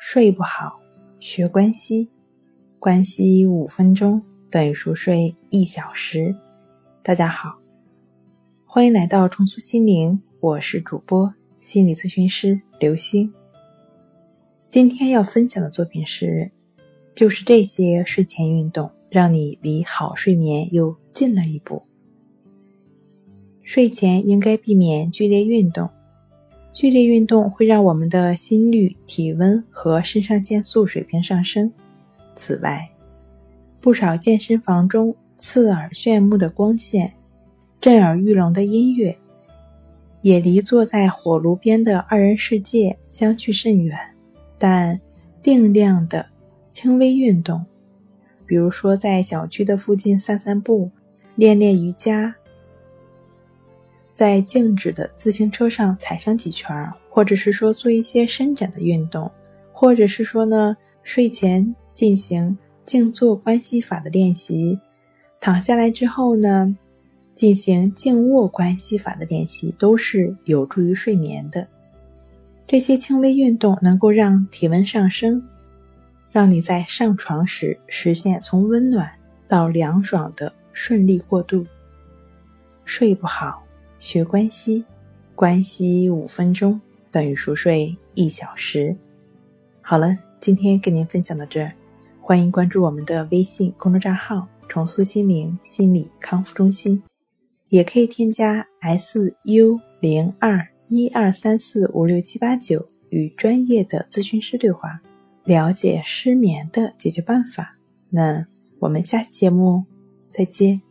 睡不好，学关息，关息5分钟等于熟睡1小时。大家好，欢迎来到重塑心灵，我是主播心理咨询师刘星。今天要分享的作品是，就是这些睡前运动让你离好睡眠又近了一步。睡前应该避免剧烈运动，剧烈运动会让我们的心率、体温和肾上腺素水平上升。此外，不少健身房中刺耳炫目的光线、震耳欲聋的音乐，也离坐在火炉边的二人世界相去甚远。但定量的轻微运动，比如说在小区的附近散散步、练练瑜伽，在静止的自行车上踩上几圈，或者是说做一些伸展的运动，或者是说睡前进行静坐关系法的练习，躺下来之后进行静卧关系法的练习，都是有助于睡眠的。这些轻微运动能够让体温上升，让你在上床时实现从温暖到凉爽的顺利过渡。睡不好，学关息，关息5分钟等于熟睡1小时。好了，今天跟您分享到这儿，欢迎关注我们的微信公众账号重塑心灵心理康复中心，也可以添加 SU0212345679与专业的咨询师对话，了解失眠的解决办法。那我们下期节目再见。